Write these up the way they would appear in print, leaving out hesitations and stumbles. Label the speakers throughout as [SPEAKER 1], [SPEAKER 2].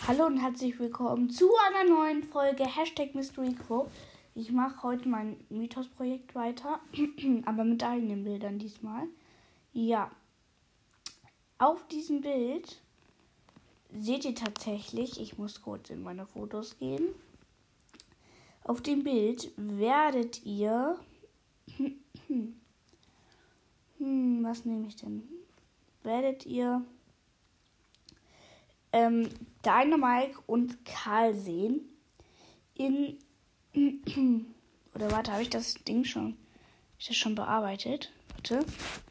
[SPEAKER 1] Hallo und herzlich willkommen zu einer neuen Folge #MysteryCrow. Ich mache heute mein Mythos-Projekt weiter, aber mit eigenen Bildern diesmal. Ja, auf diesem Bild seht ihr tatsächlich, ich muss kurz in meine Fotos gehen. Auf dem Bild werdet ihr, was nehme ich denn? Werdet ihr Dynamike und Karl sehen oder warte, habe ich das Ding schon? Ist das schon bearbeitet? Warte.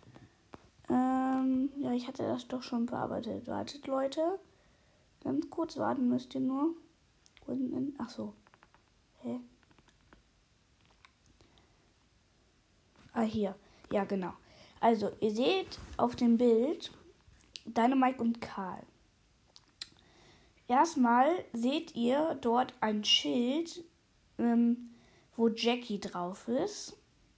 [SPEAKER 1] Ja, ich hatte das doch schon bearbeitet. Wartet, Leute. Ganz kurz warten müsst ihr nur. Ach so. Hä? Ah, hier. Ja, genau. Also, ihr seht auf dem Bild Dynamike und Karl. Erstmal seht ihr dort ein Schild, wo Jackie drauf ist.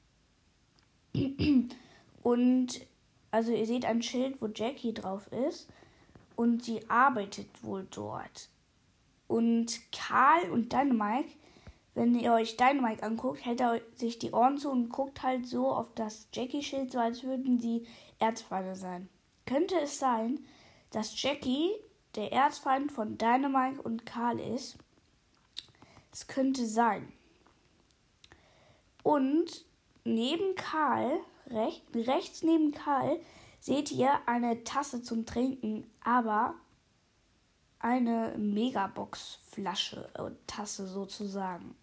[SPEAKER 1] Und also ihr seht ein Schild, wo Jackie drauf ist. Und sie arbeitet wohl dort. Und Karl und Dynamike, wenn ihr euch Dynamike anguckt, hält er sich die Ohren zu und guckt halt so auf das Jackie-Schild, so als würden sie Erzfeinde sein. Könnte es sein, dass Jackie der Erzfeind von Dynamike und Karl ist? Es könnte sein. Und neben Karl, rechts neben Karl, seht ihr eine Tasse zum Trinken, aber eine Megabox-Flasche, Tasse sozusagen.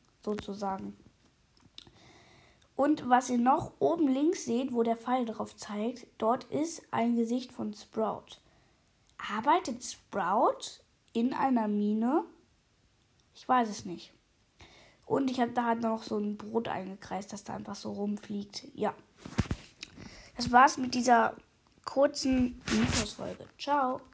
[SPEAKER 1] Und was ihr noch oben links seht, wo der Pfeil drauf zeigt, dort ist ein Gesicht von Sprout. Arbeitet Sprout in einer Mine? Ich weiß es nicht. Und ich habe da halt noch so ein Brot eingekreist, das da einfach so rumfliegt. Ja. Das war's mit dieser kurzen Mythos-Folge. Ciao.